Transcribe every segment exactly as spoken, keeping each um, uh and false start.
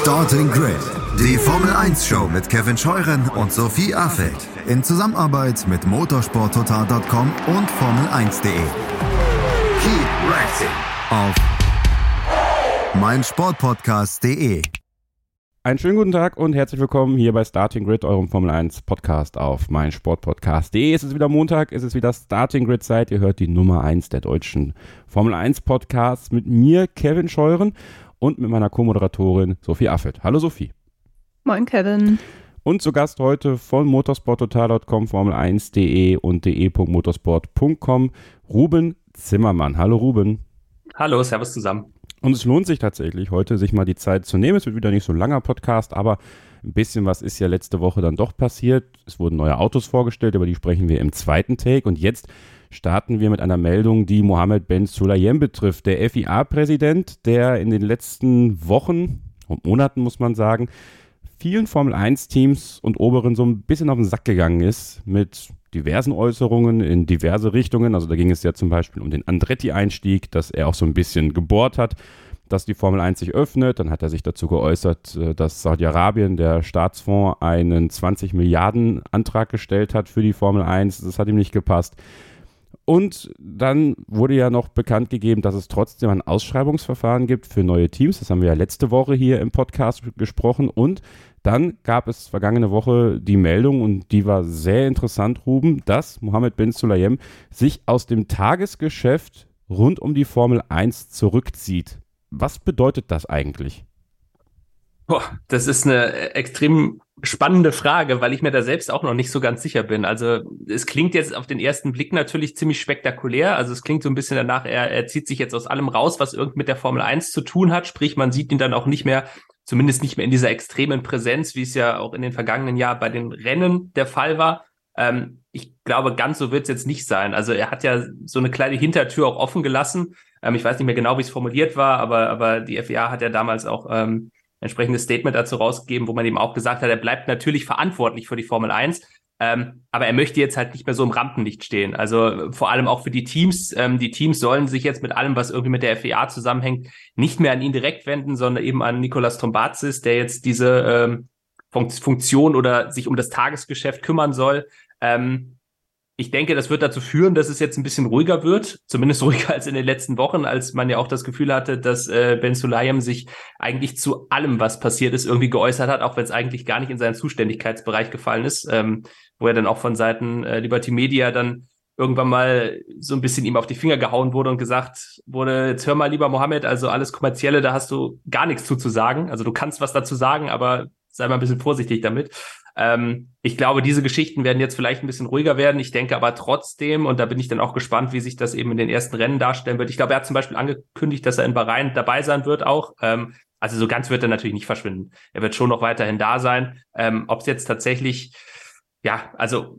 Starting Grid, die Formel eins Show mit Kevin Scheuren und Sophie Affeld in Zusammenarbeit mit motorsport total Punkt com und Formel eins Punkt de. Keep racing auf meinsportpodcast Punkt de. Einen schönen guten Tag und herzlich willkommen hier bei Starting Grid, eurem Formel eins Podcast auf meinsportpodcast Punkt de. Es ist wieder Montag, es ist wieder Starting Grid Zeit. Ihr hört die Nummer eins der deutschen Formel eins Podcasts mit mir, Kevin Scheuren, und mit meiner Co-Moderatorin Sophie Affeld. Hallo Sophie. Moin Kevin. Und zu Gast heute von motorsport total Punkt com, Formel eins Punkt de und de Punkt motorsport Punkt com, Ruben Zimmermann. Hallo Ruben. Hallo, servus zusammen. Und es lohnt sich tatsächlich heute, sich mal die Zeit zu nehmen. Es wird wieder nicht so ein langer Podcast, aber ein bisschen was ist ja letzte Woche dann doch passiert. Es wurden neue Autos vorgestellt, über die sprechen wir im zweiten Take. Und jetzt starten wir mit einer Meldung, die Mohammed Ben Sulayem betrifft. Der F I A-Präsident, der in den letzten Wochen und Monaten, muss man sagen, vielen Formel eins Teams und Oberen so ein bisschen auf den Sack gegangen ist mit diversen Äußerungen in diverse Richtungen. Also da ging es ja zum Beispiel um den Andretti-Einstieg, dass er auch so ein bisschen gebohrt hat, dass die Formel eins sich öffnet. Dann hat er sich dazu geäußert, dass Saudi-Arabien, der Staatsfonds, einen zwanzig Milliarden Antrag gestellt hat für die Formel eins. Das hat ihm nicht gepasst. Und dann wurde ja noch bekannt gegeben, dass es trotzdem ein Ausschreibungsverfahren gibt für neue Teams. Das haben wir ja letzte Woche hier im Podcast gesprochen. Und dann gab es vergangene Woche die Meldung, und die war sehr interessant, Ruben, dass Mohammed Ben Sulayem sich aus dem Tagesgeschäft rund um die Formel eins zurückzieht. Was bedeutet das eigentlich? Boah, das ist eine extrem spannende Frage, weil ich mir da selbst auch noch nicht so ganz sicher bin. Also es klingt jetzt auf den ersten Blick natürlich ziemlich spektakulär. Also es klingt so ein bisschen danach, er, er zieht sich jetzt aus allem raus, was irgend mit der Formel eins zu tun hat. Sprich, man sieht ihn dann auch nicht mehr, zumindest nicht mehr in dieser extremen Präsenz, wie es ja auch in den vergangenen Jahren bei den Rennen der Fall war. Ähm, ich glaube, ganz so wird es jetzt nicht sein. Also er hat ja so eine kleine Hintertür auch offen gelassen. Ähm, ich weiß nicht mehr genau, wie es formuliert war, aber, aber die F I A hat ja damals auch ähm, entsprechendes Statement dazu rausgegeben, wo man eben auch gesagt hat, er bleibt natürlich verantwortlich für die Formel eins, ähm, aber er möchte jetzt halt nicht mehr so im Rampenlicht stehen. Also vor allem auch für die Teams. Ähm, die Teams sollen sich jetzt mit allem, was irgendwie mit der F I A zusammenhängt, nicht mehr an ihn direkt wenden, sondern eben an Nicolas Tombazis, der jetzt diese ähm, Funktion oder sich um das Tagesgeschäft kümmern soll. Ähm, Ich denke, das wird dazu führen, dass es jetzt ein bisschen ruhiger wird, zumindest ruhiger als in den letzten Wochen, als man ja auch das Gefühl hatte, dass äh, Ben Sulayem sich eigentlich zu allem, was passiert ist, irgendwie geäußert hat, auch wenn es eigentlich gar nicht in seinen Zuständigkeitsbereich gefallen ist, ähm, wo er dann auch von Seiten äh, Liberty Media dann irgendwann mal so ein bisschen ihm auf die Finger gehauen wurde und gesagt wurde, jetzt hör mal, lieber Mohammed, also alles Kommerzielle, da hast du gar nichts zu, zu sagen. Also du kannst was dazu sagen, aber sei mal ein bisschen vorsichtig damit. Ähm, ich glaube, diese Geschichten werden jetzt vielleicht ein bisschen ruhiger werden. Ich denke aber trotzdem, und da bin ich dann auch gespannt, wie sich das eben in den ersten Rennen darstellen wird. Ich glaube, er hat zum Beispiel angekündigt, dass er in Bahrain dabei sein wird auch. Ähm, also so ganz wird er natürlich nicht verschwinden. Er wird schon noch weiterhin da sein. Ähm, ob es jetzt tatsächlich, ja, also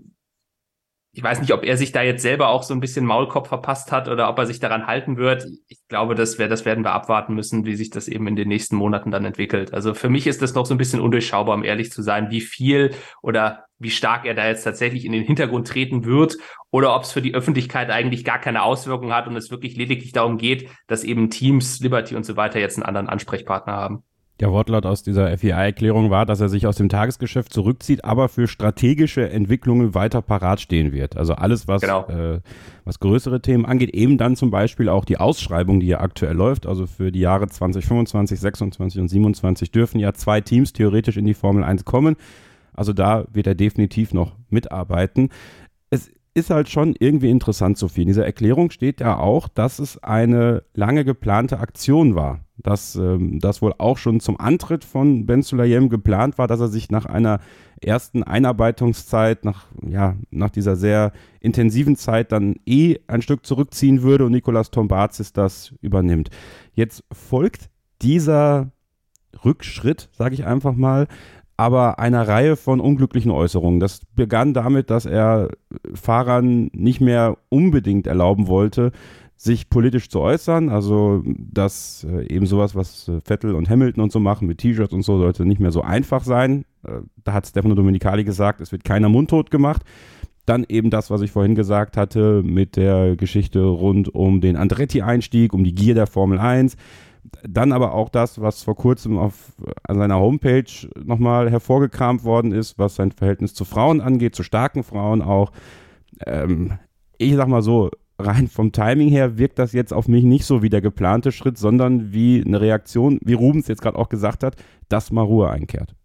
ich weiß nicht, ob er sich da jetzt selber auch so ein bisschen Maulkorb verpasst hat oder ob er sich daran halten wird. Ich glaube, das, wär, das werden wir abwarten müssen, wie sich das eben in den nächsten Monaten dann entwickelt. Also für mich ist das noch so ein bisschen undurchschaubar, um ehrlich zu sein, wie viel oder wie stark er da jetzt tatsächlich in den Hintergrund treten wird oder ob es für die Öffentlichkeit eigentlich gar keine Auswirkungen hat und es wirklich lediglich darum geht, dass eben Teams, Liberty und so weiter jetzt einen anderen Ansprechpartner haben. Der Wortlaut aus dieser F I A-Erklärung war, dass er sich aus dem Tagesgeschäft zurückzieht, aber für strategische Entwicklungen weiter parat stehen wird. Also alles, was, genau. äh, was größere Themen angeht, eben dann zum Beispiel auch die Ausschreibung, die ja aktuell läuft. Also für die Jahre zwanzig fünfundzwanzig, sechsundzwanzig und siebenundzwanzig dürfen ja zwei Teams theoretisch in die Formel eins kommen. Also da wird er definitiv noch mitarbeiten. Es ist halt schon irgendwie interessant, Sophie. In dieser Erklärung steht ja auch, dass es eine lange geplante Aktion war. Dass ähm, das wohl auch schon zum Antritt von Ben Sulayem geplant war, dass er sich nach einer ersten Einarbeitungszeit, nach, ja, nach dieser sehr intensiven Zeit dann eh ein Stück zurückziehen würde und Nicolas Tombazis das übernimmt. Jetzt folgt dieser Rückschritt, sage ich einfach mal, aber einer Reihe von unglücklichen Äußerungen. Das begann damit, dass er Fahrern nicht mehr unbedingt erlauben wollte, sich politisch zu äußern, also dass äh, eben sowas, was äh, Vettel und Hamilton und so machen mit T-Shirts und so, sollte nicht mehr so einfach sein. Äh, da hat Stefano Domenicali gesagt, es wird keiner mundtot gemacht. Dann eben das, was ich vorhin gesagt hatte, mit der Geschichte rund um den Andretti-Einstieg, um die Gier der Formel eins. Dann aber auch das, was vor kurzem auf an seiner Homepage nochmal hervorgekramt worden ist, was sein Verhältnis zu Frauen angeht, zu starken Frauen auch. Ähm, ich sag mal so, rein vom Timing her wirkt das jetzt auf mich nicht so wie der geplante Schritt, sondern wie eine Reaktion, wie Rubens jetzt gerade auch gesagt hat, dass mal Ruhe einkehrt.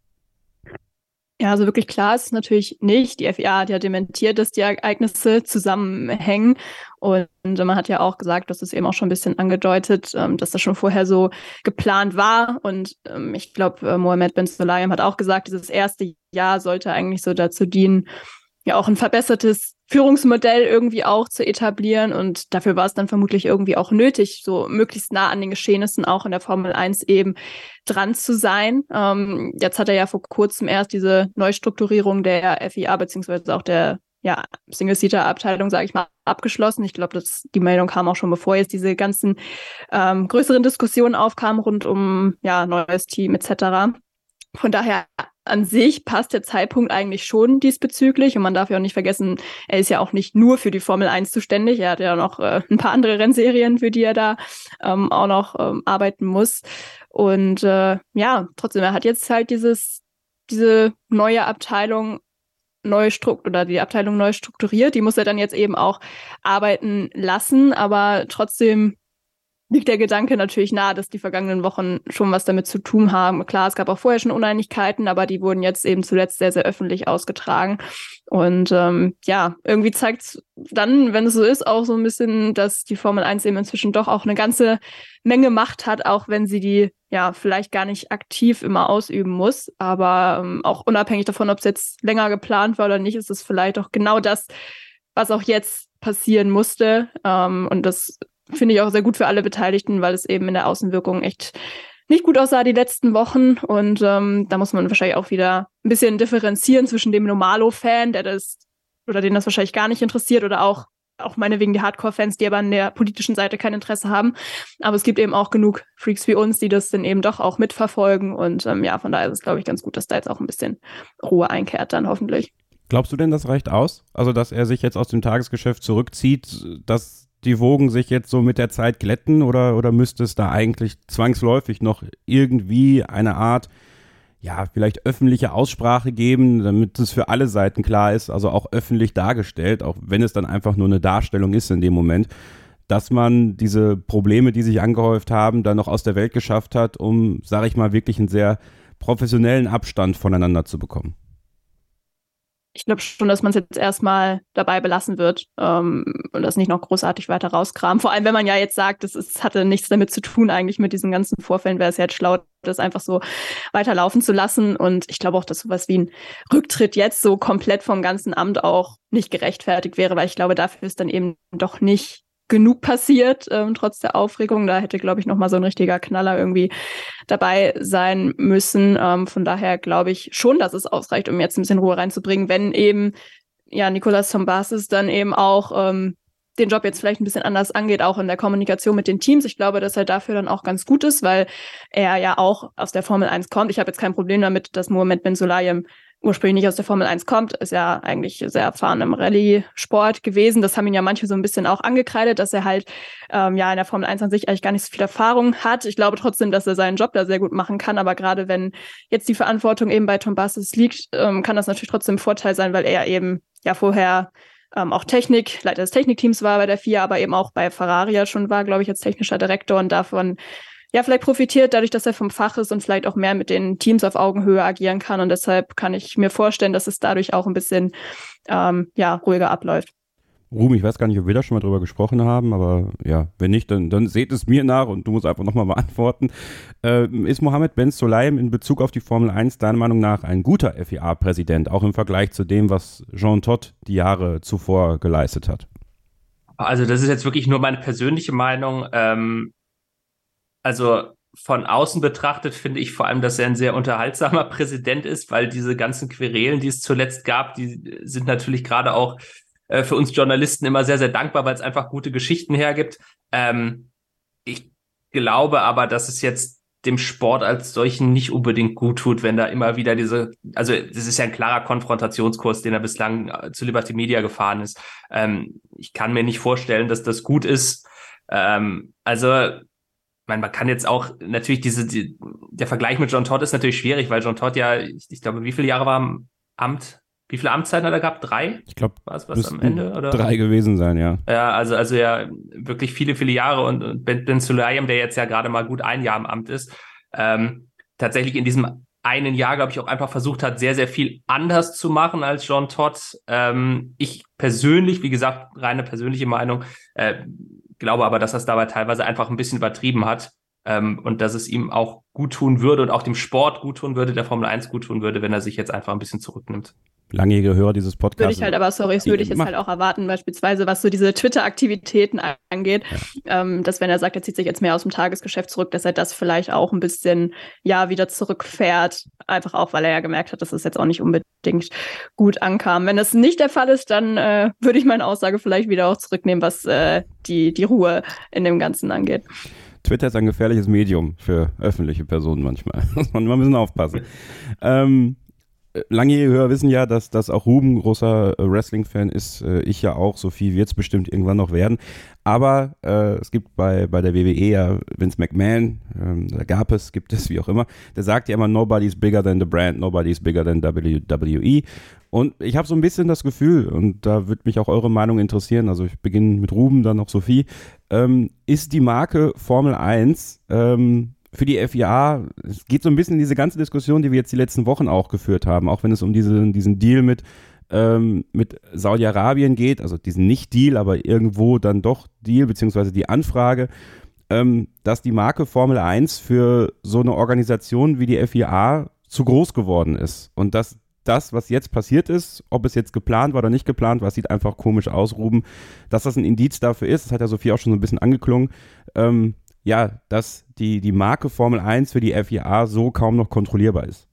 Ja, also wirklich klar ist es natürlich nicht. Die F I A hat ja dementiert, dass die Ereignisse zusammenhängen. Und man hat ja auch gesagt, das ist eben auch schon ein bisschen angedeutet, dass das schon vorher so geplant war. Und ich glaube, Mohammed bin Sulayem hat auch gesagt, dieses erste Jahr sollte eigentlich so dazu dienen, ja auch ein verbessertes Führungsmodell irgendwie auch zu etablieren. Und dafür war es dann vermutlich irgendwie auch nötig, so möglichst nah an den Geschehnissen auch in der Formel eins eben dran zu sein. Ähm, jetzt hat er ja vor kurzem erst diese Neustrukturierung der F I A beziehungsweise auch der ja, Single-Seater-Abteilung, sage ich mal, abgeschlossen. Ich glaube, die Meldung kam auch schon, bevor jetzt diese ganzen ähm, größeren Diskussionen aufkamen rund um ja neues Team et cetera. Von daher an sich passt der Zeitpunkt eigentlich schon diesbezüglich. Und man darf ja auch nicht vergessen, er ist ja auch nicht nur für die Formel eins zuständig. Er hat ja noch äh, ein paar andere Rennserien, für die er da ähm, auch noch ähm, arbeiten muss. Und äh, ja, trotzdem, er hat jetzt halt dieses, diese neue Abteilung neu strukt oder die Abteilung neu strukturiert. Die muss er dann jetzt eben auch arbeiten lassen. Aber trotzdem liegt der Gedanke natürlich nahe, dass die vergangenen Wochen schon was damit zu tun haben. Klar, es gab auch vorher schon Uneinigkeiten, aber die wurden jetzt eben zuletzt sehr, sehr öffentlich ausgetragen. Und ähm, ja, irgendwie zeigt es dann, wenn es so ist, auch so ein bisschen, dass die Formel eins eben inzwischen doch auch eine ganze Menge Macht hat, auch wenn sie die ja vielleicht gar nicht aktiv immer ausüben muss. Aber ähm, auch unabhängig davon, ob es jetzt länger geplant war oder nicht, ist es vielleicht auch genau das, was auch jetzt passieren musste. Ähm, und das finde ich auch sehr gut für alle Beteiligten, weil es eben in der Außenwirkung echt nicht gut aussah die letzten Wochen. Und ähm, da muss man wahrscheinlich auch wieder ein bisschen differenzieren zwischen dem Normalo-Fan, der das oder den das wahrscheinlich gar nicht interessiert, oder auch, auch meinetwegen die Hardcore-Fans, die aber an der politischen Seite kein Interesse haben. Aber es gibt eben auch genug Freaks wie uns, die das dann eben doch auch mitverfolgen. Und ähm, ja, von daher ist es, glaube ich, ganz gut, dass da jetzt auch ein bisschen Ruhe einkehrt dann hoffentlich. Glaubst du denn, das reicht aus? Also, dass er sich jetzt aus dem Tagesgeschäft zurückzieht, dass die Wogen sich jetzt so mit der Zeit glätten, oder, oder müsste es da eigentlich zwangsläufig noch irgendwie eine Art, ja, vielleicht öffentliche Aussprache geben, damit es für alle Seiten klar ist, also auch öffentlich dargestellt, auch wenn es dann einfach nur eine Darstellung ist in dem Moment, dass man diese Probleme, die sich angehäuft haben, dann noch aus der Welt geschafft hat, um, sage ich mal, wirklich einen sehr professionellen Abstand voneinander zu bekommen? Ich glaube schon, dass man es jetzt erstmal dabei belassen wird ähm, und das nicht noch großartig weiter rauskramen. Vor allem, wenn man ja jetzt sagt, das ist, hatte nichts damit zu tun eigentlich mit diesen ganzen Vorfällen, wäre es ja jetzt schlau, das einfach so weiterlaufen zu lassen. Und ich glaube auch, dass sowas wie ein Rücktritt jetzt so komplett vom ganzen Amt auch nicht gerechtfertigt wäre, weil ich glaube, dafür ist dann eben doch nicht genug passiert, ähm, trotz der Aufregung. Da hätte, glaube ich, nochmal so ein richtiger Knaller irgendwie dabei sein müssen. Ähm, von daher glaube ich schon, dass es ausreicht, um jetzt ein bisschen Ruhe reinzubringen, wenn eben ja Nicolas Tombazis dann eben auch ähm, den Job jetzt vielleicht ein bisschen anders angeht, auch in der Kommunikation mit den Teams. Ich glaube, dass er dafür dann auch ganz gut ist, weil er ja auch aus der Formel eins kommt. Ich habe jetzt kein Problem damit, dass Mohammed bin Sulayem ursprünglich nicht aus der Formel eins kommt, ist ja eigentlich sehr erfahren im Rallye-Sport gewesen. Das haben ihn ja manche so ein bisschen auch angekreidet, dass er halt ähm, ja in der Formel eins an sich eigentlich gar nicht so viel Erfahrung hat. Ich glaube trotzdem, dass er seinen Job da sehr gut machen kann, aber gerade wenn jetzt die Verantwortung eben bei Tombazis liegt, ähm, kann das natürlich trotzdem ein Vorteil sein, weil er eben ja vorher ähm, auch Technik, Leiter des Technikteams war bei der F I A, aber eben auch bei Ferrari ja schon war, glaube ich, als technischer Direktor, und davon ja, vielleicht profitiert dadurch, dass er vom Fach ist und vielleicht auch mehr mit den Teams auf Augenhöhe agieren kann. Und deshalb kann ich mir vorstellen, dass es dadurch auch ein bisschen ähm, ja, ruhiger abläuft. Ruhm, ich weiß gar nicht, ob wir da schon mal drüber gesprochen haben, aber ja, wenn nicht, dann, dann seht es mir nach und du musst einfach nochmal beantworten. Äh, ist Mohammed bin Sulayem in Bezug auf die Formel eins deiner Meinung nach ein guter F I A-Präsident, auch im Vergleich zu dem, was Jean Todt die Jahre zuvor geleistet hat? Also das ist jetzt wirklich nur meine persönliche Meinung. Ähm Also von außen betrachtet finde ich vor allem, dass er ein sehr unterhaltsamer Präsident ist, weil diese ganzen Querelen, die es zuletzt gab, die sind natürlich gerade auch äh, für uns Journalisten immer sehr, sehr dankbar, weil es einfach gute Geschichten hergibt. Ähm, ich glaube aber, dass es jetzt dem Sport als solchen nicht unbedingt gut tut, wenn da immer wieder diese, also das ist ja ein klarer Konfrontationskurs, den er bislang äh, zu Liberty Media gefahren ist. Ähm, ich kann mir nicht vorstellen, dass das gut ist. Ähm, also meine, man kann jetzt auch natürlich diese, die, der Vergleich mit John Todd ist natürlich schwierig, weil John Todd ja, ich, ich glaube, wie viele Jahre war im Amt? Wie viele Amtszeiten hat er gehabt? Drei? Ich glaube, war es was am Ende? Oder? Drei gewesen sein, ja. Ja, also, also ja, wirklich viele, viele Jahre und, und Ben, Ben Sulayem, der jetzt ja gerade mal gut ein Jahr im Amt ist, ähm, tatsächlich in diesem einen Jahr, glaube ich, auch einfach versucht hat, sehr, sehr viel anders zu machen als John Todd. Ähm, ich persönlich, wie gesagt, reine persönliche Meinung, äh, glaube aber, dass er es dabei teilweise einfach ein bisschen übertrieben hat. Ähm, und dass es ihm auch gut tun würde und auch dem Sport gut tun würde, der Formel eins gut tun würde, wenn er sich jetzt einfach ein bisschen zurücknimmt. Langjährige Hörer dieses Podcasts. Würde ich halt, aber sorry, das würde ich jetzt halt auch erwarten, beispielsweise was so diese Twitter-Aktivitäten angeht, ja. ähm, dass wenn er sagt, er zieht sich jetzt mehr aus dem Tagesgeschäft zurück, dass er das vielleicht auch ein bisschen, ja, wieder zurückfährt, einfach auch, weil er ja gemerkt hat, dass es jetzt auch nicht unbedingt gut ankam. Wenn das nicht der Fall ist, dann äh, würde ich meine Aussage vielleicht wieder auch zurücknehmen, was äh, die, die Ruhe in dem Ganzen angeht. Twitter ist ein gefährliches Medium für öffentliche Personen manchmal. Muss man mal ein bisschen aufpassen. ähm, Langjährige Hörer wissen ja, dass, dass auch Ruben großer Wrestling-Fan ist. Ich ja auch. Sophie wird es bestimmt irgendwann noch werden. Aber äh, es gibt bei, bei der W W E ja Vince McMahon, ähm, da gab es, gibt es, wie auch immer, der sagt ja immer, nobody's bigger than the brand, nobody's bigger than W W E. Und ich habe so ein bisschen das Gefühl, und da würde mich auch eure Meinung interessieren, also ich beginne mit Ruben, dann noch Sophie, ähm, ist die Marke Formel eins ähm, für die F I A, es geht so ein bisschen in diese ganze Diskussion, die wir jetzt die letzten Wochen auch geführt haben, auch wenn es um diese, diesen Deal mit, ähm, mit Saudi-Arabien geht, also diesen Nicht-Deal, aber irgendwo dann doch Deal, beziehungsweise die Anfrage, ähm, dass die Marke Formel eins für so eine Organisation wie die F I A zu groß geworden ist und dass das, was jetzt passiert ist, ob es jetzt geplant war oder nicht geplant war, es sieht einfach komisch aus, Ruben, dass das ein Indiz dafür ist, das hat ja Sophie auch schon so ein bisschen angeklungen, ähm, ja, dass die, die Marke Formel eins für die F I A so kaum noch kontrollierbar ist.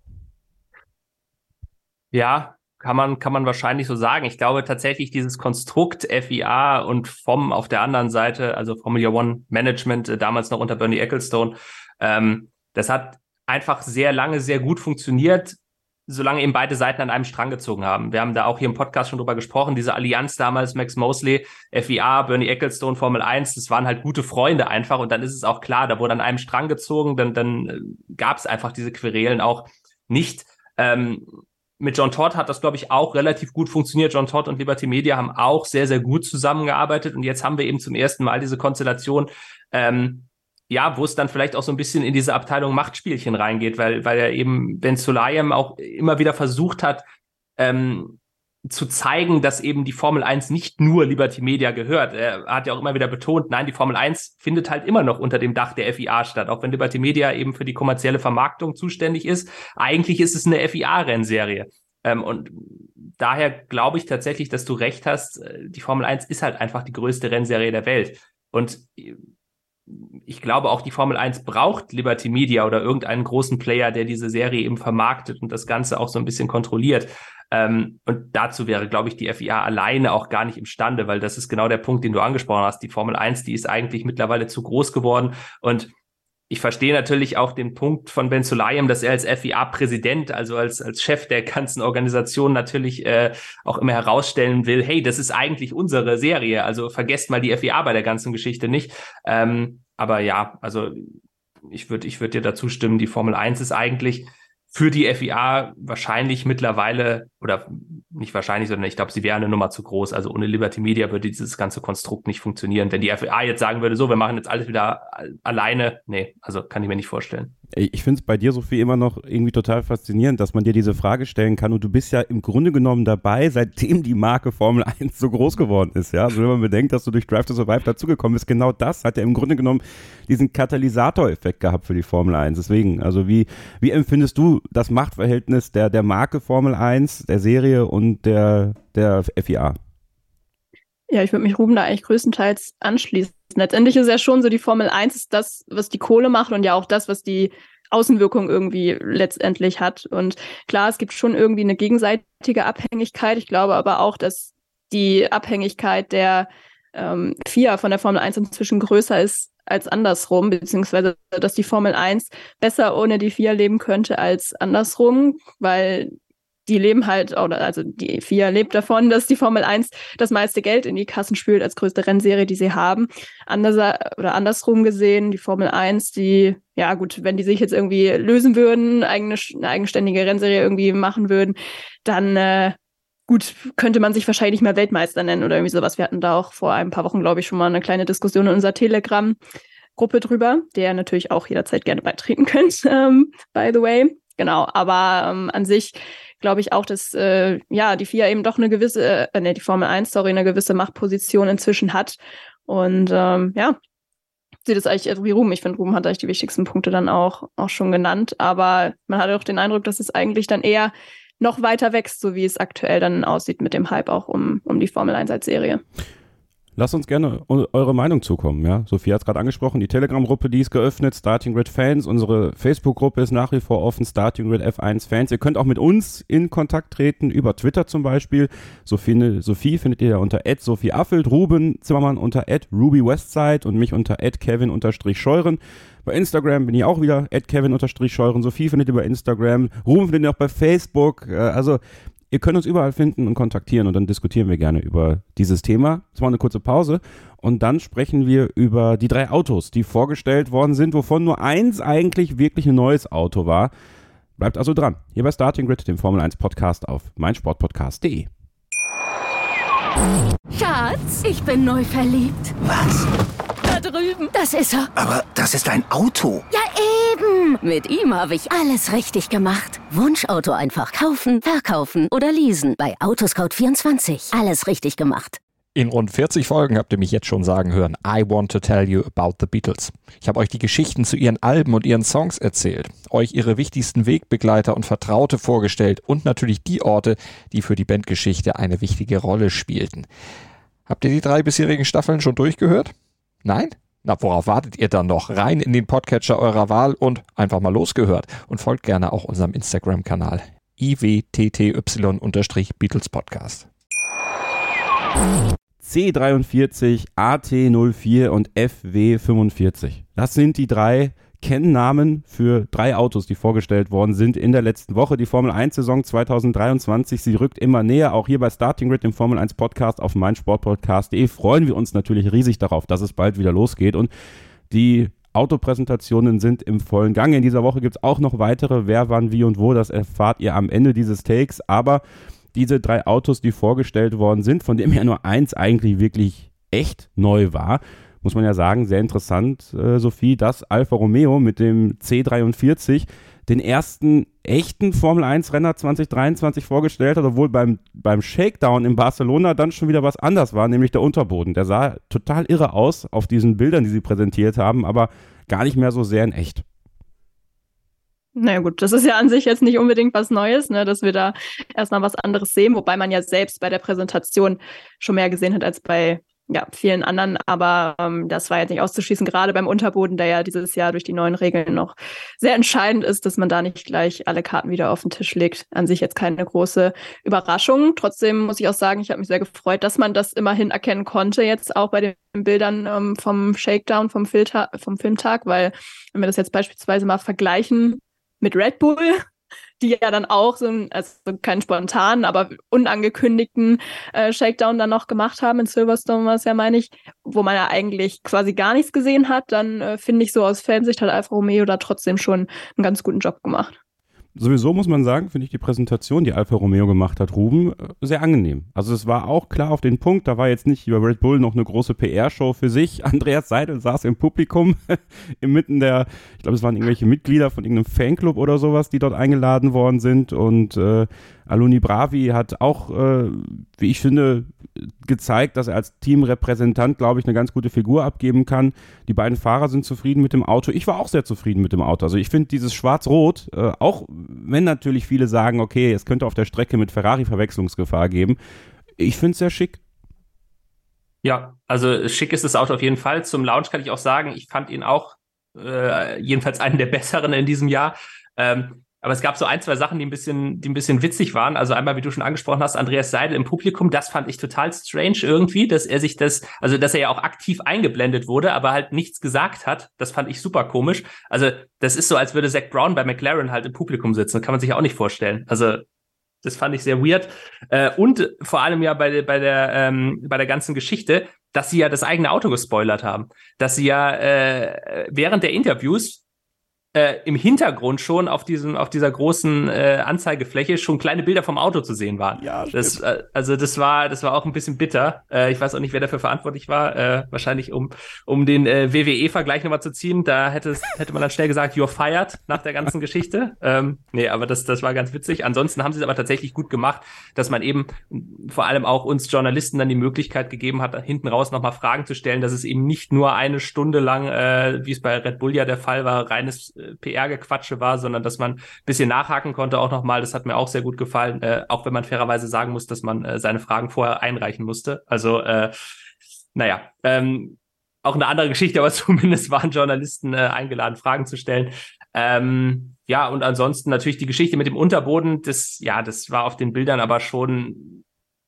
Ja, kann man, kann man wahrscheinlich so sagen. Ich glaube tatsächlich, dieses Konstrukt F I A und F O M auf der anderen Seite, also Formula One Management, äh, damals noch unter Bernie Ecclestone, ähm, das hat einfach sehr lange sehr gut funktioniert, solange eben beide Seiten an einem Strang gezogen haben. Wir haben da auch hier im Podcast schon drüber gesprochen, diese Allianz damals, Max Mosley, F I A, Bernie Ecclestone, Formel eins, das waren halt gute Freunde einfach und dann ist es auch klar, da wurde an einem Strang gezogen, dann, dann gab es einfach diese Querelen auch nicht. Ähm, mit John Todd hat das, glaube ich, auch relativ gut funktioniert. John Todd und Liberty Media haben auch sehr, sehr gut zusammengearbeitet und jetzt haben wir eben zum ersten Mal diese Konstellation, ähm, ja, wo es dann vielleicht auch so ein bisschen in diese Abteilung Machtspielchen reingeht, weil, weil er eben Ben Sulayem auch immer wieder versucht hat, ähm, zu zeigen, dass eben die Formel eins nicht nur Liberty Media gehört. Er hat ja auch immer wieder betont, nein, die Formel eins findet halt immer noch unter dem Dach der F I A statt, auch wenn Liberty Media eben für die kommerzielle Vermarktung zuständig ist. Eigentlich ist es eine F I A-Rennserie. Ähm, und daher glaube ich tatsächlich, dass du recht hast, die Formel eins ist halt einfach die größte Rennserie der Welt. Und ich glaube auch, die Formel eins braucht Liberty Media oder irgendeinen großen Player, der diese Serie eben vermarktet und das Ganze auch so ein bisschen kontrolliert. Ähm, und dazu wäre, glaube ich, die F I A alleine auch gar nicht imstande, weil das ist genau der Punkt, den du angesprochen hast. Die Formel eins, die ist eigentlich mittlerweile zu groß geworden. Und ich verstehe natürlich auch den Punkt von Ben Sulayem, dass er als F I A-Präsident, also als als Chef der ganzen Organisation natürlich äh, auch immer herausstellen will, hey, das ist eigentlich unsere Serie, also vergesst mal die F I A bei der ganzen Geschichte nicht. Ähm, aber ja, also ich würde ich würde dir dazu stimmen, die Formel eins ist eigentlich für die F I A wahrscheinlich mittlerweile, oder nicht wahrscheinlich, sondern ich glaube, sie wäre eine Nummer zu groß. Also ohne Liberty Media würde dieses ganze Konstrukt nicht funktionieren. Wenn die F I A jetzt sagen würde, so, wir machen jetzt alles wieder alleine, nee, also kann ich mir nicht vorstellen. Ich finde es bei dir, Sophie, immer noch irgendwie total faszinierend, dass man dir diese Frage stellen kann und du bist ja im Grunde genommen dabei, seitdem die Marke Formel eins so groß geworden ist, ja. Also wenn man bedenkt, dass du durch Drive to Survive dazugekommen bist, genau das hat ja im Grunde genommen diesen Katalysatoreffekt gehabt für die Formel eins. Deswegen, also wie, wie empfindest du das Machtverhältnis der, der Marke Formel eins, der Serie und der, der F I A? Ja, ich würde mich Ruben da eigentlich größtenteils anschließen. Letztendlich ist ja schon so, die Formel eins ist das, was die Kohle macht und ja auch das, was die Außenwirkung irgendwie letztendlich hat. Und klar, es gibt schon irgendwie eine gegenseitige Abhängigkeit. Ich glaube aber auch, dass die Abhängigkeit der ähm, F I A von der Formel eins inzwischen größer ist als andersrum, beziehungsweise dass die Formel eins besser ohne die F I A leben könnte als andersrum, weil die leben halt, oder also die F I A lebt davon, dass die Formel eins das meiste Geld in die Kassen spült als größte Rennserie, die sie haben. Anders, oder andersrum gesehen, die Formel eins, die, ja gut, wenn die sich jetzt irgendwie lösen würden, eigene, eine eigenständige Rennserie irgendwie machen würden, dann äh, gut, könnte man sich wahrscheinlich mal Weltmeister nennen oder irgendwie sowas. Wir hatten da auch vor ein paar Wochen, glaube ich, schon mal eine kleine Diskussion in unserer Telegram-Gruppe drüber, der ihr natürlich auch jederzeit gerne beitreten könnt, ähm, by the way. Genau, aber ähm, an sich glaube ich auch, dass äh, ja die F I A eben doch eine gewisse, äh, ne, die Formel eins, sorry, eine gewisse Machtposition inzwischen hat. Und ähm, ja, sieht es eigentlich wie Ruben. Ich finde, Ruben hat eigentlich die wichtigsten Punkte dann auch, auch schon genannt. Aber man hat auch den Eindruck, dass es eigentlich dann eher noch weiter wächst, so wie es aktuell dann aussieht mit dem Hype auch um, um die Formel eins als Serie. Lasst uns gerne eure Meinung zukommen. Ja? Sophie hat es gerade angesprochen, die Telegram-Gruppe, die ist geöffnet, Starting Grid Fans. Unsere Facebook-Gruppe ist nach wie vor offen, Starting Grid F eins Fans. Ihr könnt auch mit uns in Kontakt treten, über Twitter zum Beispiel. Sophie, Sophie findet ihr ja unter at Sophie Affelt, Ruben Zimmermann unter at Ruby Westside und mich unter at Kevin-Scheuren. Bei Instagram bin ich auch wieder at Kevin-Scheuren. Sophie findet ihr bei Instagram, Ruben findet ihr auch bei Facebook. Also ihr könnt uns überall finden und kontaktieren und dann diskutieren wir gerne über dieses Thema. Das war eine kurze Pause und dann sprechen wir über die drei Autos, die vorgestellt worden sind, wovon nur eins eigentlich wirklich ein neues Auto war. Bleibt also dran, hier bei Starting Grid, dem Formel eins Podcast auf meinsportpodcast punkt de. Schatz, ich bin neu verliebt. Was? Da drüben. Das ist er. Aber das ist ein Auto. Ja, eben. Mit ihm habe ich alles richtig gemacht. Wunschauto einfach kaufen, verkaufen oder leasen. Bei Autoscout vierundzwanzig. Alles richtig gemacht. In rund vierzig Folgen habt ihr mich jetzt schon sagen hören, I want to tell you about the Beatles. Ich habe euch die Geschichten zu ihren Alben und ihren Songs erzählt, euch ihre wichtigsten Wegbegleiter und Vertraute vorgestellt und natürlich die Orte, die für die Bandgeschichte eine wichtige Rolle spielten. Habt ihr die drei bisherigen Staffeln schon durchgehört? Nein? Na, worauf wartet ihr dann noch? Rein in den Podcatcher eurer Wahl und einfach mal losgehört. Und folgt gerne auch unserem Instagram-Kanal I W T T Y-Beatles Podcast. C dreiundvierzig, A T null vier und F W fünfundvierzig. Das sind die drei Kennnamen für drei Autos, die vorgestellt worden sind in der letzten Woche. Die Formel eins Saison zwanzig dreiundzwanzig, sie rückt immer näher. Auch hier bei Starting Grid, dem Formel eins Podcast auf meinsportpodcast punkt de, freuen wir uns natürlich riesig darauf, dass es bald wieder losgeht. Und die Autopräsentationen sind im vollen Gange. In dieser Woche gibt es auch noch weitere. Wer, wann, wie und wo, das erfahrt ihr am Ende dieses Takes. Aber diese drei Autos, die vorgestellt worden sind, von dem ja nur eins eigentlich wirklich echt neu war, muss man ja sagen, sehr interessant, äh, Sophie, dass Alfa Romeo mit dem C dreiundvierzig den ersten echten Formel eins Renner zwanzig dreiundzwanzig vorgestellt hat, obwohl beim, beim Shakedown in Barcelona dann schon wieder was anders war, nämlich der Unterboden. Der sah total irre aus auf diesen Bildern, die sie präsentiert haben, aber gar nicht mehr so sehr in echt. Naja gut, das ist ja an sich jetzt nicht unbedingt was Neues, ne, dass wir da erstmal was anderes sehen, wobei man ja selbst bei der Präsentation schon mehr gesehen hat als bei ja, vielen anderen, aber ähm, das war jetzt nicht auszuschließen, gerade beim Unterboden, der ja dieses Jahr durch die neuen Regeln noch sehr entscheidend ist, dass man da nicht gleich alle Karten wieder auf den Tisch legt. An sich jetzt keine große Überraschung. Trotzdem muss ich auch sagen, ich habe mich sehr gefreut, dass man das immerhin erkennen konnte, jetzt auch bei den Bildern ähm, vom Shakedown, vom, Filta- vom Filmtag, weil wenn wir das jetzt beispielsweise mal vergleichen mit Red Bull, die ja dann auch so einen, also keinen spontanen, aber unangekündigten äh, Shakedown dann noch gemacht haben. In Silverstone war es ja, meine ich, wo man ja eigentlich quasi gar nichts gesehen hat. Dann äh, finde ich, so aus Fansicht hat Alfa Romeo da trotzdem schon einen ganz guten Job gemacht. Sowieso muss man sagen, finde ich die Präsentation, die Alfa Romeo gemacht hat, Ruben, sehr angenehm. Also es war auch klar auf den Punkt, da war jetzt nicht über Red Bull noch eine große P R-Show für sich. Andreas Seidel saß im Publikum, inmitten der, ich glaube es waren irgendwelche Mitglieder von irgendeinem Fanclub oder sowas, die dort eingeladen worden sind, und äh, Aluni Bravi hat auch, äh, wie ich finde, gezeigt, dass er als Teamrepräsentant, glaube ich, eine ganz gute Figur abgeben kann. Die beiden Fahrer sind zufrieden mit dem Auto. Ich war auch sehr zufrieden mit dem Auto. Also ich finde dieses Schwarz-Rot, äh, auch wenn natürlich viele sagen, okay, es könnte auf der Strecke mit Ferrari-Verwechslungsgefahr geben, ich finde es sehr schick. Ja, also schick ist das Auto auf jeden Fall. Zum Launch kann ich auch sagen, ich fand ihn auch äh, jedenfalls einen der besseren in diesem Jahr. Ähm, Aber es gab so ein, zwei Sachen, die ein bisschen, die ein bisschen witzig waren. Also einmal, wie du schon angesprochen hast, Andreas Seidel im Publikum, das fand ich total strange irgendwie, dass er sich das, also dass er ja auch aktiv eingeblendet wurde, aber halt nichts gesagt hat. Das fand ich super komisch. Also das ist so, als würde Zac Brown bei McLaren halt im Publikum sitzen. Das kann man sich auch nicht vorstellen. Also Das fand ich sehr weird. Äh, und vor allem ja bei, bei, der, ähm, bei der ganzen Geschichte, dass sie ja das eigene Auto gespoilert haben. Dass sie ja äh, während der Interviews äh, im Hintergrund schon auf diesem, auf dieser großen äh, Anzeigefläche schon kleine Bilder vom Auto zu sehen waren. Ja, das, äh, also das war, das war auch ein bisschen bitter. Äh, ich weiß auch nicht, wer dafür verantwortlich war. Äh, wahrscheinlich um, um den äh, W W E-Vergleich nochmal zu ziehen. Da hätte es, hätte man dann schnell gesagt, you're fired nach der ganzen Geschichte. Ähm, nee, aber das, das war ganz witzig. Ansonsten haben sie es aber tatsächlich gut gemacht, dass man eben vor allem auch uns Journalisten dann die Möglichkeit gegeben hat, hinten raus nochmal Fragen zu stellen, dass es eben nicht nur eine Stunde lang, äh, wie es bei Red Bull ja der Fall war, reines P R-Gequatsche war, sondern dass man ein bisschen nachhaken konnte auch nochmal. Das hat mir auch sehr gut gefallen, äh, auch wenn man fairerweise sagen muss, dass man äh, seine Fragen vorher einreichen musste. Also, äh, naja, ähm, auch eine andere Geschichte, aber zumindest waren Journalisten äh, eingeladen, Fragen zu stellen. Ähm, ja, und ansonsten natürlich die Geschichte mit dem Unterboden, das, ja, das war auf den Bildern aber schon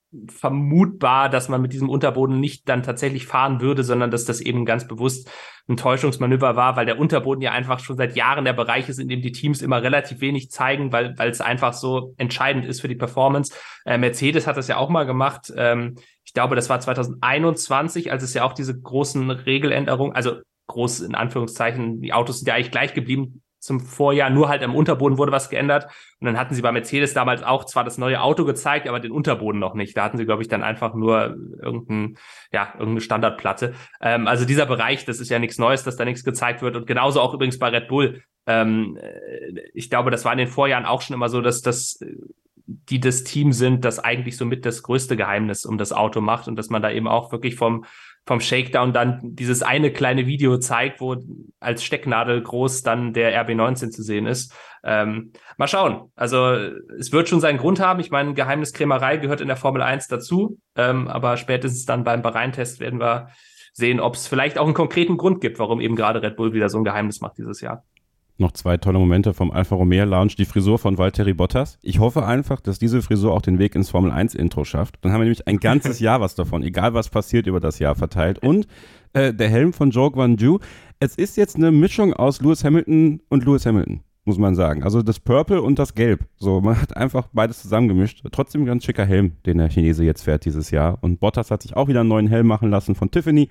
vermutbar, dass man mit diesem Unterboden nicht dann tatsächlich fahren würde, sondern dass das eben ganz bewusst ein Täuschungsmanöver war, weil der Unterboden ja einfach schon seit Jahren der Bereich ist, in dem die Teams immer relativ wenig zeigen, weil weil es einfach so entscheidend ist für die Performance. Äh, Mercedes hat das ja auch mal gemacht. Ähm, ich glaube, das war zwanzig einundzwanzig, als es ja auch diese großen Regeländerungen, also groß in Anführungszeichen, die Autos sind ja eigentlich gleich geblieben zum Vorjahr, nur halt am Unterboden wurde was geändert. Und dann hatten sie bei Mercedes damals auch zwar das neue Auto gezeigt, aber den Unterboden noch nicht. Da hatten sie, glaube ich, dann einfach nur irgendein, ja, irgendeine Standardplatte. Ähm, also dieser Bereich, das ist ja nichts Neues, dass da nichts gezeigt wird. Und genauso auch übrigens bei Red Bull. Ähm, ich glaube, das war in den Vorjahren auch schon immer so, dass das die das Team sind, das eigentlich somit das größte Geheimnis um das Auto macht und dass man da eben auch wirklich vom vom Shakedown dann dieses eine kleine Video zeigt, wo als Stecknadel groß dann der R B neunzehn zu sehen ist. Ähm, mal schauen. Also es wird schon seinen Grund haben. Ich meine, Geheimniskrämerei gehört in der Formel eins dazu. Ähm, aber spätestens dann beim Bahrain-Test werden wir sehen, ob es vielleicht auch einen konkreten Grund gibt, warum eben gerade Red Bull wieder so ein Geheimnis macht dieses Jahr. Noch zwei tolle Momente vom Alfa Romeo Lounge, die Frisur von Valtteri Bottas. Ich hoffe einfach, dass diese Frisur auch den Weg ins Formel eins Intro schafft. Dann haben wir nämlich ein ganzes Jahr was davon, egal was passiert, über das Jahr verteilt. Und äh, der Helm von Zhou Guanyu. Es ist jetzt eine Mischung aus Lewis Hamilton und Lewis Hamilton, muss man sagen. Also das Purple und das Gelb. So, man hat einfach beides zusammengemischt. Trotzdem ein ganz schicker Helm, den der Chinese jetzt fährt dieses Jahr. Und Bottas hat sich auch wieder einen neuen Helm machen lassen von Tiffany.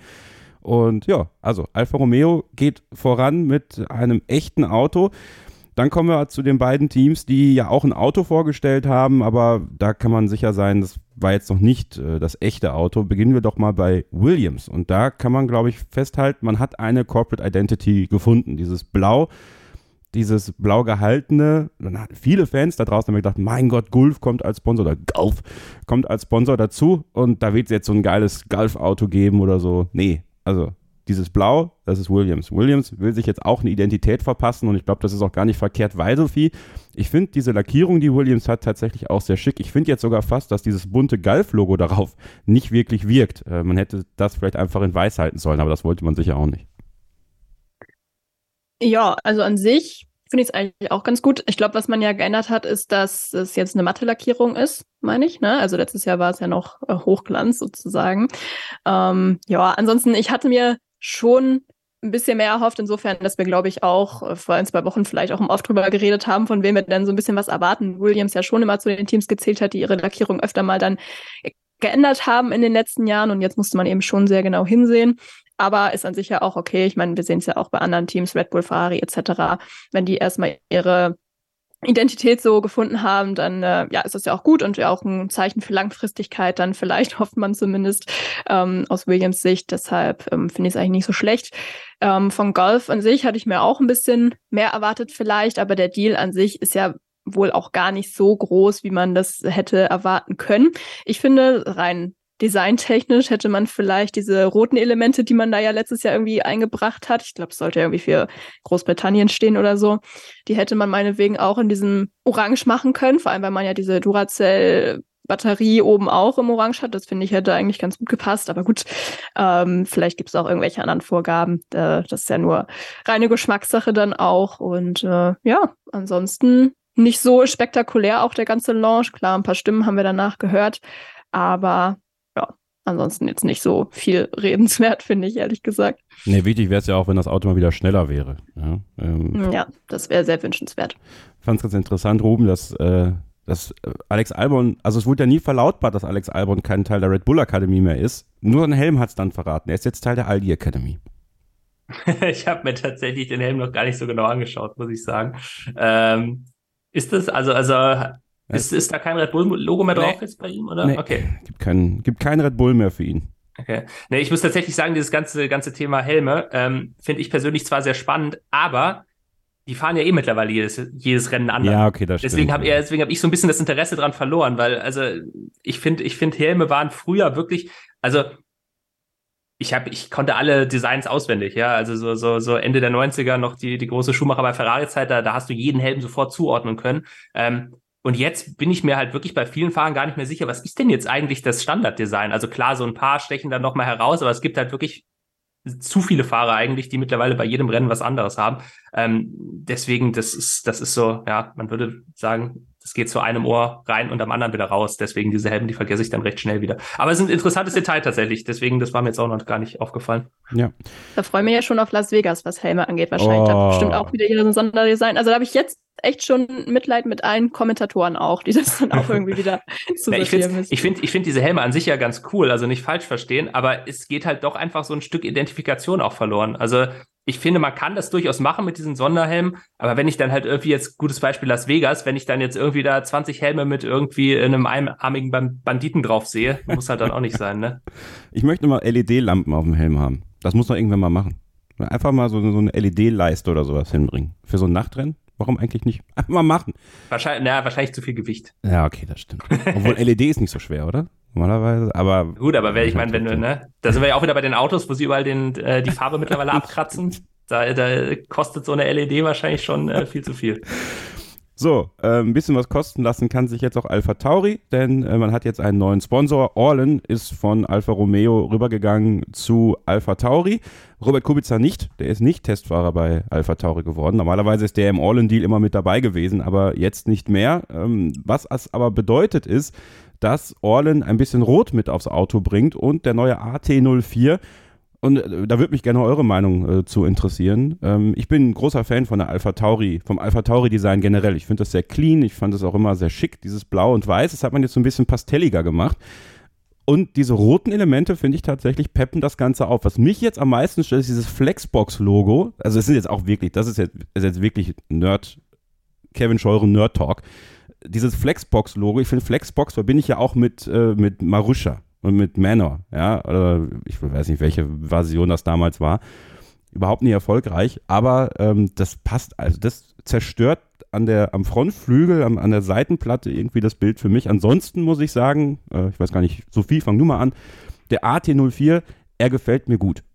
Und ja, also Alfa Romeo geht voran mit einem echten Auto. Dann kommen wir zu den beiden Teams, die ja auch ein Auto vorgestellt haben, aber da kann man sicher sein, das war jetzt noch nicht äh, das echte Auto. Beginnen wir doch mal bei Williams. Und da kann man, glaube ich, festhalten, man hat eine Corporate Identity gefunden. Dieses Blau, dieses blau gehaltene, dann hat viele Fans da draußen haben gedacht, mein Gott, Gulf kommt als Sponsor, oder Golf kommt als Sponsor dazu und da wird es jetzt so ein geiles Golf-Auto geben oder so. Nee. Also dieses Blau, das ist Williams. Williams will sich jetzt auch eine Identität verpassen und ich glaube, das ist auch gar nicht verkehrt, weil Sophie, ich finde diese Lackierung, die Williams hat, tatsächlich auch sehr schick. Ich finde jetzt sogar fast, dass dieses bunte Golf-Logo darauf nicht wirklich wirkt. Äh, man hätte das vielleicht einfach in weiß halten sollen, aber das wollte man sicher auch nicht. Ja, also an sich finde ich es eigentlich auch ganz gut. Ich glaube, was man ja geändert hat, ist, dass es jetzt eine matte Lackierung ist, meine ich. Ne? Also letztes Jahr war es ja noch äh, Hochglanz sozusagen. Ähm, ja, ansonsten, ich hatte mir schon ein bisschen mehr erhofft, insofern, dass wir, glaube ich, auch äh, vor ein, zwei Wochen vielleicht auch im Off drüber geredet haben, von wem wir dann so ein bisschen was erwarten. Williams ja schon immer zu den Teams gezählt hat, die ihre Lackierung öfter mal dann geändert haben in den letzten Jahren und jetzt musste man eben schon sehr genau hinsehen. Aber ist an sich ja auch okay. Ich meine, wir sehen es ja auch bei anderen Teams, Red Bull, Ferrari et cetera. Wenn die erstmal ihre Identität so gefunden haben, dann äh, ja, ist das ja auch gut und ja auch ein Zeichen für Langfristigkeit. Dann vielleicht hofft man zumindest ähm, aus Williams Sicht. Deshalb ähm, finde ich es eigentlich nicht so schlecht. Ähm, von Golf an sich hatte ich mir auch ein bisschen mehr erwartet vielleicht, aber der Deal an sich ist ja wohl auch gar nicht so groß, wie man das hätte erwarten können. Ich finde, rein designtechnisch hätte man vielleicht diese roten Elemente, die man da ja letztes Jahr irgendwie eingebracht hat, ich glaube, es sollte ja irgendwie für Großbritannien stehen oder so, die hätte man meinetwegen auch in diesem Orange machen können, vor allem, weil man ja diese Duracell-Batterie oben auch im Orange hat. Das finde ich hätte eigentlich ganz gut gepasst, aber gut, ähm, vielleicht gibt es auch irgendwelche anderen Vorgaben. Äh, das ist ja nur reine Geschmackssache dann auch und äh, ja, ansonsten nicht so spektakulär auch der ganze Launch. Klar, ein paar Stimmen haben wir danach gehört, aber ja, ansonsten jetzt nicht so viel redenswert, finde ich, ehrlich gesagt. Nee, wichtig wäre es ja auch, wenn das Auto mal wieder schneller wäre. Ja, ähm, ja das wäre sehr wünschenswert. Ich fand es ganz interessant, Ruben, dass äh, dass äh, Alex Albon, also es wurde ja nie verlautbart, dass Alex Albon kein Teil der Red Bull Akademie mehr ist. Nur ein Helm hat es dann verraten. Er ist jetzt Teil der Aldi Academy. Ich habe mir tatsächlich den Helm noch gar nicht so genau angeschaut, muss ich sagen. Ähm, ist das, also, also ist, ist da kein Red Bull-Logo mehr drauf nee. jetzt bei ihm, oder? Nee. Okay. Gibt kein, gibt kein Red Bull mehr für ihn. Okay. Nee, ich muss tatsächlich sagen, dieses ganze, ganze Thema Helme ähm, finde ich persönlich zwar sehr spannend, aber die fahren ja eh mittlerweile jedes, jedes Rennen anders. Ja, okay, das deswegen stimmt. Hab, ja, deswegen habe ich so ein bisschen das Interesse dran verloren, weil, also, ich finde, ich finde Helme waren früher wirklich, also, ich habe, ich konnte alle Designs auswendig, ja, also so, so, so Ende der neunziger noch die, die große Schumacher bei Ferrari-Zeit, da, da hast du jeden Helm sofort zuordnen können. Ähm, und jetzt bin ich mir halt wirklich bei vielen Fahrern gar nicht mehr sicher, was ist denn jetzt eigentlich das Standarddesign? Also klar, so ein paar stechen dann nochmal heraus, aber es gibt halt wirklich zu viele Fahrer eigentlich, die mittlerweile bei jedem Rennen was anderes haben. Ähm, deswegen, das ist, das ist so, ja, man würde sagen, das geht zu einem Ohr rein und am anderen wieder raus. Deswegen diese Helme, die vergesse ich dann recht schnell wieder. Aber es ist ein interessantes Detail tatsächlich. Deswegen, das war mir jetzt auch noch gar nicht aufgefallen. Ja. Da freuen wir ja schon auf Las Vegas, was Helme angeht. Wahrscheinlich oh. da bestimmt auch wieder ein Sonderdesign. Also da habe ich jetzt echt schon Mitleid mit allen Kommentatoren auch, die das dann auch irgendwie wieder zu ja, ich finde ich finde ich finde diese Helme an sich ja ganz cool, also nicht falsch verstehen, aber es geht halt doch einfach so ein Stück Identifikation auch verloren. Also ich finde, man kann das durchaus machen mit diesen Sonderhelmen, aber wenn ich dann halt irgendwie jetzt, gutes Beispiel Las Vegas, wenn ich dann jetzt irgendwie da zwanzig Helme mit irgendwie einem einarmigen Banditen drauf sehe, muss halt dann auch nicht sein, ne? Ich möchte mal L E D-Lampen auf dem Helm haben. Das muss man irgendwann mal machen. Einfach mal so, so eine L E D-Leiste oder sowas hinbringen. Für so ein Nachtrennen. Warum eigentlich nicht? Einfach mal machen. Wahrscheinlich, na, wahrscheinlich zu viel Gewicht. Ja, okay, das stimmt. Obwohl L E D ist nicht so schwer, oder? Normalerweise, aber... Gut, aber wenn, ich meine, wenn du, ne, da sind wir ja auch wieder bei den Autos, wo sie überall den, äh, die Farbe mittlerweile abkratzen. Da, da kostet so eine L E D wahrscheinlich schon äh, viel zu viel. So, äh, ein bisschen was kosten lassen kann sich jetzt auch AlphaTauri, denn äh, man hat jetzt einen neuen Sponsor. Orlen ist von Alfa Romeo rübergegangen zu AlphaTauri. Robert Kubica nicht, der ist nicht Testfahrer bei AlphaTauri geworden. Normalerweise ist der im Orlen-Deal immer mit dabei gewesen, aber jetzt nicht mehr. Ähm, was es aber bedeutet ist, dass Orlen ein bisschen Rot mit aufs Auto bringt und der neue A T null vier. Und äh, da würde mich gerne eure Meinung äh, zu interessieren. Ähm, ich bin ein großer Fan von der AlphaTauri, vom AlphaTauri-Design generell. Ich finde das sehr clean, ich fand das auch immer sehr schick, dieses Blau und Weiß. Das hat man jetzt so ein bisschen pastelliger gemacht. Und diese roten Elemente, finde ich tatsächlich, peppen das Ganze auf. Was mich jetzt am meisten stört, ist dieses Flexbox-Logo. Also es sind jetzt auch wirklich, das ist jetzt, ist jetzt wirklich Nerd, Kevin Scheuren Nerd-Talk. Dieses Flexbox-Logo, ich finde Flexbox verbinde ich ja auch mit, äh, mit Marussia. Und mit Manor, ja, oder ich weiß nicht, welche Version das damals war, überhaupt nicht erfolgreich, aber ähm, das passt, also das zerstört an der, am Frontflügel, am, an der Seitenplatte irgendwie das Bild für mich. Ansonsten muss ich sagen, äh, ich weiß gar nicht, Sophie, fang du mal an, der A T null vier, er gefällt mir gut.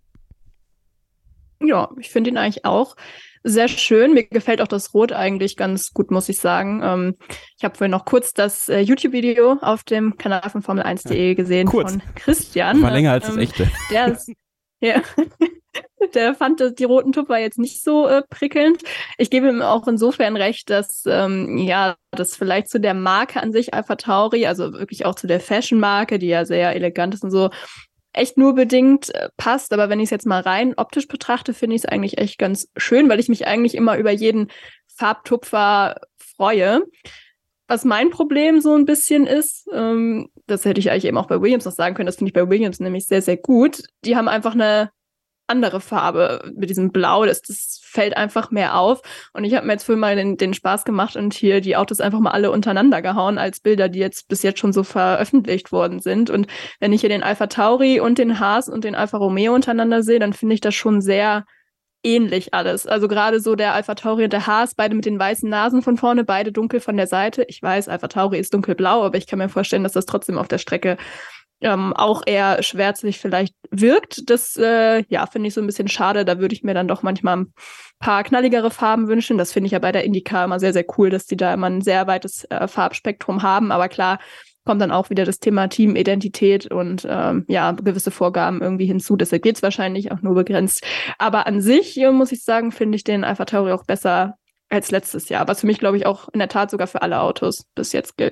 Ja, ich finde ihn eigentlich auch sehr schön. Mir gefällt auch das Rot eigentlich ganz gut, muss ich sagen. Ähm, ich habe vorhin noch kurz das äh, YouTube-Video auf dem Kanal von Formel eins punkt de gesehen kurz. von Christian. War länger als ähm, das echte. Der ist, ja, der fand die roten Tupfer jetzt nicht so äh, prickelnd. Ich gebe ihm auch insofern recht, dass ähm, ja, das vielleicht zu der Marke an sich AlphaTauri, also wirklich auch zu der Fashion-Marke, die ja sehr elegant ist und so, echt nur bedingt äh, passt, aber wenn ich es jetzt mal rein optisch betrachte, finde ich es eigentlich echt ganz schön, weil ich mich eigentlich immer über jeden Farbtupfer freue. Was mein Problem so ein bisschen ist, ähm, das hätte ich eigentlich eben auch bei Williams noch sagen können, das finde ich bei Williams nämlich sehr, sehr gut. Die haben einfach eine andere Farbe mit diesem Blau, das, das fällt einfach mehr auf. Und ich habe mir jetzt für mal den, den Spaß gemacht und hier die Autos einfach mal alle untereinander gehauen als Bilder, die jetzt bis jetzt schon so veröffentlicht worden sind. Und wenn ich hier den AlphaTauri und den Haas und den Alfa Romeo untereinander sehe, dann finde ich das schon sehr ähnlich alles. Also gerade so der AlphaTauri und der Haas, beide mit den weißen Nasen von vorne, beide dunkel von der Seite. Ich weiß, AlphaTauri ist dunkelblau, aber ich kann mir vorstellen, dass das trotzdem auf der Strecke Ähm, auch eher schwärzlich vielleicht wirkt. Das, äh, ja, finde ich so ein bisschen schade. Da würde ich mir dann doch manchmal ein paar knalligere Farben wünschen. Das finde ich ja bei der IndyCar immer sehr, sehr cool, dass die da immer ein sehr weites äh, Farbspektrum haben. Aber klar, kommt dann auch wieder das Thema Teamidentität und ähm, ja, gewisse Vorgaben irgendwie hinzu. Deshalb geht es wahrscheinlich auch nur begrenzt. Aber an sich, äh, muss ich sagen, finde ich den AlphaTauri auch besser als letztes Jahr. Was für mich, glaube ich, auch in der Tat sogar für alle Autos bis jetzt gilt.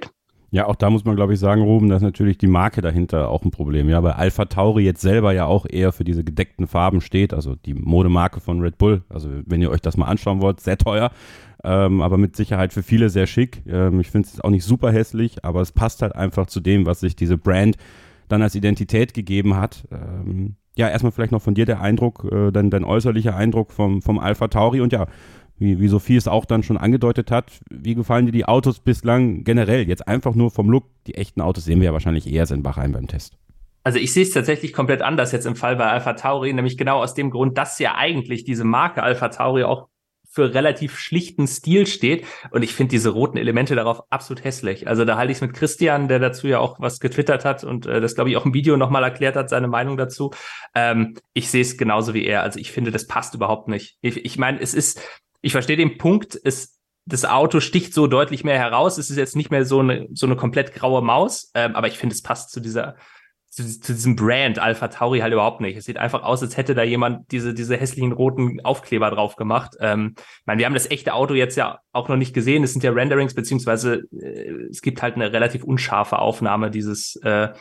Ja, auch da muss man, glaube ich, sagen, Ruben, dass natürlich die Marke dahinter auch ein Problem. Ja, weil AlphaTauri jetzt selber ja auch eher für diese gedeckten Farben steht, also die Modemarke von Red Bull. Also wenn ihr euch das mal anschauen wollt, sehr teuer, ähm, aber mit Sicherheit für viele sehr schick. Ähm, ich finde es auch nicht super hässlich, aber es passt halt einfach zu dem, was sich diese Brand dann als Identität gegeben hat. Ähm, ja, erstmal vielleicht noch von dir der Eindruck, äh, dein, dein äußerlicher Eindruck vom, vom AlphaTauri und ja, Wie, wie Sophie es auch dann schon angedeutet hat, wie gefallen dir die Autos bislang generell? Jetzt einfach nur vom Look. Die echten Autos sehen wir ja wahrscheinlich eher in Bahrain beim Test. Also ich sehe es tatsächlich komplett anders jetzt im Fall bei AlphaTauri, nämlich genau aus dem Grund, dass ja eigentlich diese Marke AlphaTauri auch für relativ schlichten Stil steht. Und ich finde diese roten Elemente darauf absolut hässlich. Also da halte ich es mit Christian, der dazu ja auch was getwittert hat und äh, das, glaube ich, auch im Video nochmal erklärt hat, seine Meinung dazu. Ähm, ich sehe es genauso wie er. Also ich finde, das passt überhaupt nicht. Ich, ich meine, es ist... Ich verstehe den Punkt, es, das Auto sticht so deutlich mehr heraus. Es ist jetzt nicht mehr so eine, so eine komplett graue Maus, ähm, aber ich finde, es passt zu dieser, zu, zu diesem Brand AlphaTauri halt überhaupt nicht. Es sieht einfach aus, als hätte da jemand diese, diese hässlichen roten Aufkleber drauf gemacht. Ähm, ich meine, wir haben das echte Auto jetzt ja auch noch nicht gesehen. Es sind ja Renderings, beziehungsweise äh, es gibt halt eine relativ unscharfe Aufnahme dieses, äh,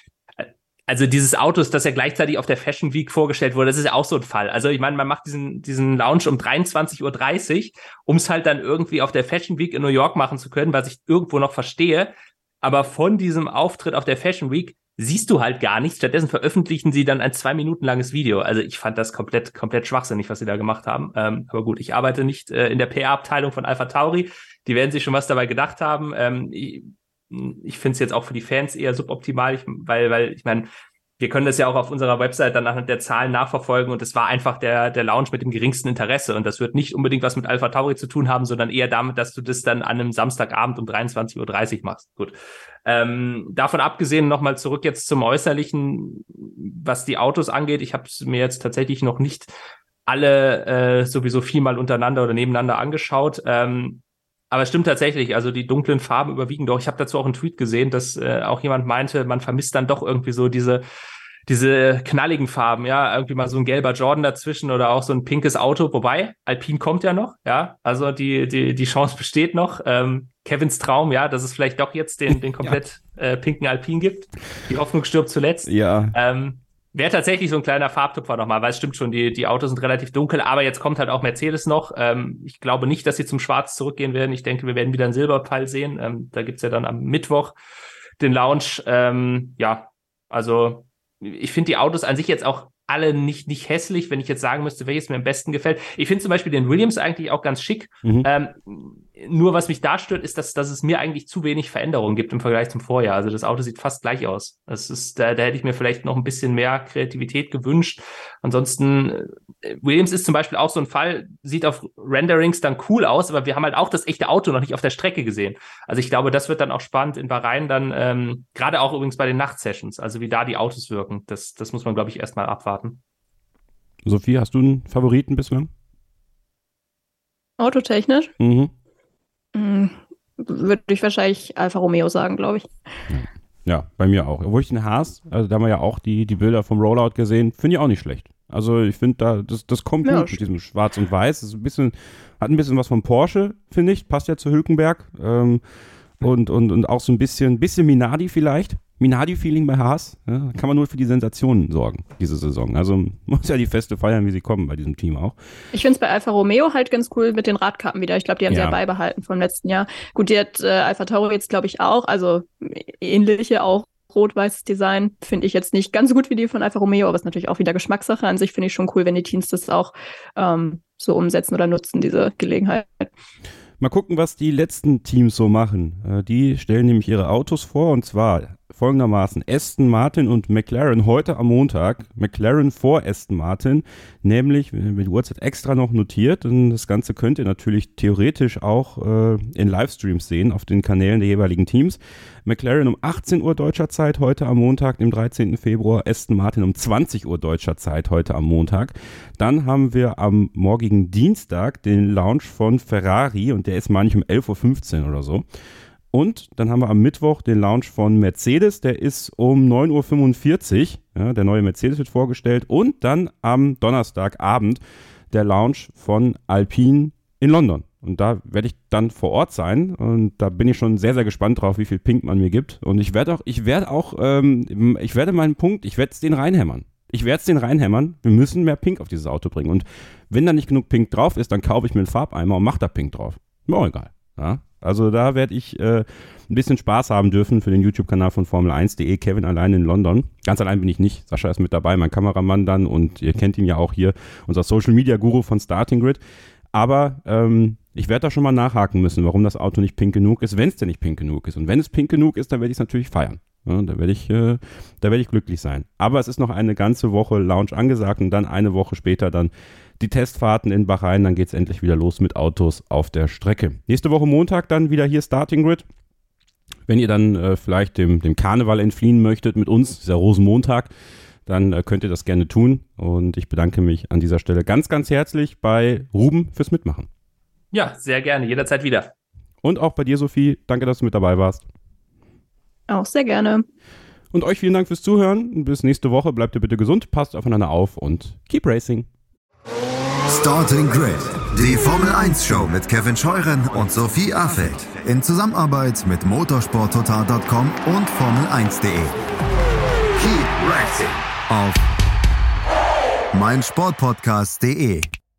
Also dieses Autos, das ja gleichzeitig auf der Fashion Week vorgestellt wurde, das ist ja auch so ein Fall. Also ich meine, man macht diesen diesen Launch um dreiundzwanzig Uhr dreißig, um es halt dann irgendwie auf der Fashion Week in New York machen zu können, was ich irgendwo noch verstehe. Aber von diesem Auftritt auf der Fashion Week siehst du halt gar nichts. Stattdessen veröffentlichen sie dann ein zwei Minuten langes Video. Also ich fand das komplett komplett schwachsinnig, was sie da gemacht haben. Ähm, aber gut, ich arbeite nicht äh, in der P R-Abteilung von AlphaTauri. Die werden sich schon was dabei gedacht haben. Ähm, ich, Ich finde es jetzt auch für die Fans eher suboptimal, ich, weil, weil ich meine, wir können das ja auch auf unserer Website dann anhand der Zahlen nachverfolgen und es war einfach der, der Launch mit dem geringsten Interesse und das wird nicht unbedingt was mit AlphaTauri zu tun haben, sondern eher damit, dass du das dann an einem Samstagabend um dreiundzwanzig Uhr dreißig machst. Gut. Ähm, davon abgesehen nochmal zurück jetzt zum Äußerlichen, was die Autos angeht. Ich habe es mir jetzt tatsächlich noch nicht alle äh, sowieso viel mal untereinander oder nebeneinander angeschaut. Ähm, Aber es stimmt tatsächlich, also die dunklen Farben überwiegen doch. Ich habe dazu auch einen Tweet gesehen, dass äh, auch jemand meinte, man vermisst dann doch irgendwie so diese diese knalligen Farben, ja, irgendwie mal so ein gelber Jordan dazwischen oder auch so ein pinkes Auto. Wobei, Alpine kommt ja noch, ja, also die die die Chance besteht noch. Ähm, Kevins Traum, ja, dass es vielleicht doch jetzt den den komplett ja. äh, pinken Alpine gibt. Die Hoffnung stirbt zuletzt. Ja. Ähm, Wäre tatsächlich so ein kleiner Farbtupfer nochmal, weil es stimmt schon, die die Autos sind relativ dunkel, aber jetzt kommt halt auch Mercedes noch. Ähm, ich glaube nicht, dass sie zum Schwarz zurückgehen werden. Ich denke, wir werden wieder einen Silberpfeil sehen. Ähm, da gibt's ja dann am Mittwoch den Launch. Ähm, ja, also ich finde die Autos an sich jetzt auch alle nicht nicht hässlich, wenn ich jetzt sagen müsste, welches mir am besten gefällt. Ich finde zum Beispiel den Williams eigentlich auch ganz schick. Mhm. Ähm, nur was mich da stört, ist, dass, dass es mir eigentlich zu wenig Veränderungen gibt im Vergleich zum Vorjahr. Also das Auto sieht fast gleich aus. Das ist, da, da hätte ich mir vielleicht noch ein bisschen mehr Kreativität gewünscht. Ansonsten, Williams ist zum Beispiel auch so ein Fall, sieht auf Renderings dann cool aus, aber wir haben halt auch das echte Auto noch nicht auf der Strecke gesehen. Also ich glaube, das wird dann auch spannend in Bahrain dann, ähm, gerade auch übrigens bei den Nachtsessions, also wie da die Autos wirken. Das, das muss man, glaube ich, erstmal abwarten. Sophie, hast du einen Favoriten bislang? Autotechnisch? Mhm. Hm, würde ich wahrscheinlich Alfa Romeo sagen, glaube ich. Ja, bei mir auch. Obwohl ich den Haas, also da haben wir ja auch die, die Bilder vom Rollout gesehen, finde ich auch nicht schlecht. Also ich finde da, das, das kommt ja, gut mit diesem Schwarz und Weiß. Das ist ein bisschen, hat ein bisschen was von Porsche, finde ich. Passt ja zu Hülkenberg. Ähm, und, und, und auch so ein bisschen, bisschen Minardi vielleicht. Minardi-Feeling bei Haas. Ja, da kann man nur für die Sensationen sorgen, diese Saison. Also muss ja die Feste feiern, wie sie kommen bei diesem Team auch. Ich finde es bei Alfa Romeo halt ganz cool mit den Radkappen wieder. Ich glaube, die haben ja. sie ja beibehalten vom letzten Jahr. Gut, die hat äh, AlphaTauri jetzt, glaube ich, auch. Also ähnliche auch. Rot-weißes Design finde ich jetzt nicht ganz so gut wie die von Alfa Romeo, aber ist natürlich auch wieder Geschmackssache. An sich finde ich schon cool, wenn die Teams das auch ähm, so umsetzen oder nutzen, diese Gelegenheit. Mal gucken, was die letzten Teams so machen. Äh, die stellen nämlich ihre Autos vor und zwar folgendermaßen Aston Martin und McLaren heute am Montag. McLaren vor Aston Martin, nämlich mit Uhrzeit extra noch notiert. Und das Ganze könnt ihr natürlich theoretisch auch äh, in Livestreams sehen auf den Kanälen der jeweiligen Teams. McLaren um achtzehn Uhr deutscher Zeit heute am Montag, dem dreizehnten Februar. Aston Martin um zwanzig Uhr deutscher Zeit heute am Montag. Dann haben wir am morgigen Dienstag den Launch von Ferrari und der ist, meine ich, um elf Uhr fünfzehn oder so. Und dann haben wir am Mittwoch den Launch von Mercedes, der ist um neun Uhr fünfundvierzig, ja, der neue Mercedes wird vorgestellt. Und dann am Donnerstagabend der Launch von Alpine in London. Und da werde ich dann vor Ort sein und da bin ich schon sehr, sehr gespannt drauf, wie viel Pink man mir gibt. Und ich werde auch, ich werde auch, ähm, ich werde meinen Punkt, ich werde es den reinhämmern. Ich werde es den reinhämmern. Wir müssen mehr Pink auf dieses Auto bringen. Und wenn da nicht genug Pink drauf ist, dann kaufe ich mir einen Farbeimer und mache da Pink drauf. Mir auch egal. Ja? Also da werde ich äh, ein bisschen Spaß haben dürfen für den YouTube-Kanal von Formel eins punkt de. Kevin allein in London. Ganz allein bin ich nicht. Sascha ist mit dabei, mein Kameramann dann. Und ihr kennt ihn ja auch hier, unser Social-Media-Guru von Starting Grid. Aber ähm, ich werde da schon mal nachhaken müssen, warum das Auto nicht pink genug ist, wenn es denn nicht pink genug ist. Und wenn es pink genug ist, dann werde ich es natürlich feiern. Ja, da werde ich, äh, da werde ich glücklich sein. Aber es ist noch eine ganze Woche Launch angesagt und dann eine Woche später dann die Testfahrten in Bahrain. Dann geht es endlich wieder los mit Autos auf der Strecke. Nächste Woche Montag dann wieder hier Starting Grid. Wenn ihr dann äh, vielleicht dem, dem Karneval entfliehen möchtet mit uns, ist ja Rosenmontag, dann äh, könnt ihr das gerne tun. Und ich bedanke mich an dieser Stelle ganz, ganz herzlich bei Ruben fürs Mitmachen. Ja, sehr gerne, jederzeit wieder. Und auch bei dir, Sophie. Danke, dass du mit dabei warst. Auch sehr gerne. Und euch vielen Dank fürs Zuhören. Bis nächste Woche. Bleibt ihr bitte gesund, passt aufeinander auf und keep racing. Starting Grid, die Formel eins Show mit Kevin Scheuren und Sophie Affeld. In Zusammenarbeit mit motorsport total punkt com und formel eins punkt de. Keep racing auf meinsportpodcast punkt de.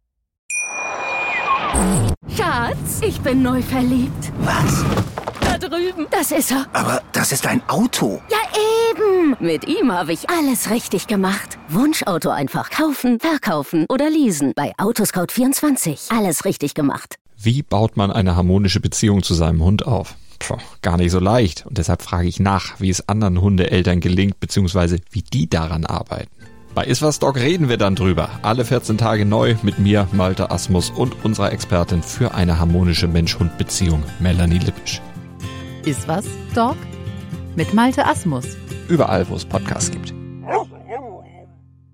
Schatz, ich bin neu verliebt. Was? Da drüben. Das ist er. Aber das ist ein Auto. Ja, eben. Mit ihm habe ich alles richtig gemacht. Wunschauto einfach kaufen, verkaufen oder leasen. Bei Autoscout vierundzwanzig. Alles richtig gemacht. Wie baut man eine harmonische Beziehung zu seinem Hund auf? Puh, gar nicht so leicht. Und deshalb frage ich nach, wie es anderen Hundeeltern gelingt, beziehungsweise wie die daran arbeiten. Bei Iswas Dog reden wir dann drüber. Alle vierzehn Tage neu mit mir, Malte Asmus und unserer Expertin für eine harmonische Mensch-Hund-Beziehung, Melanie Lippisch. Iswas Dog mit Malte Asmus. Überall, wo es Podcasts gibt.